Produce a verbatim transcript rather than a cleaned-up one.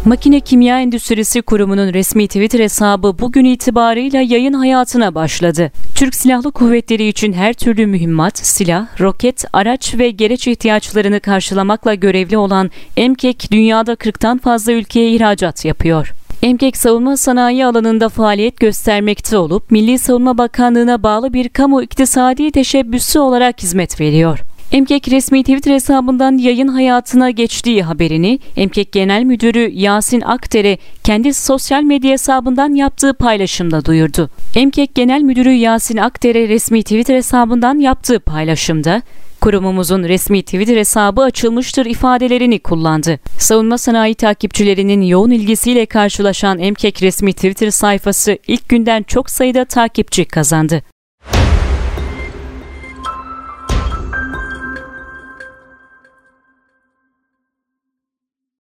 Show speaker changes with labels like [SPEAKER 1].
[SPEAKER 1] Makine Kimya Endüstrisi Kurumu'nun resmi Twitter hesabı bugün itibarıyla yayın hayatına başladı. Türk Silahlı Kuvvetleri için her türlü mühimmat, silah, roket, araç ve gereç ihtiyaçlarını karşılamakla görevli olan M K E K, dünyada kırktan fazla ülkeye ihracat yapıyor. M K E K savunma sanayi alanında faaliyet göstermekte olup, Milli Savunma Bakanlığı'na bağlı bir kamu iktisadi teşebbüsü olarak hizmet veriyor. M K E K resmi Twitter hesabından yayın hayatına geçtiği haberini M K E K Genel Müdürü Yasin Akdere kendi sosyal medya hesabından yaptığı paylaşımda duyurdu. M K E K Genel Müdürü Yasin Akdere resmi Twitter hesabından yaptığı paylaşımda, "Kurumumuzun resmi Twitter hesabı açılmıştır" ifadelerini kullandı. Savunma sanayi takipçilerinin yoğun ilgisiyle karşılaşan M K E K resmi Twitter sayfası ilk günden çok sayıda takipçi kazandı.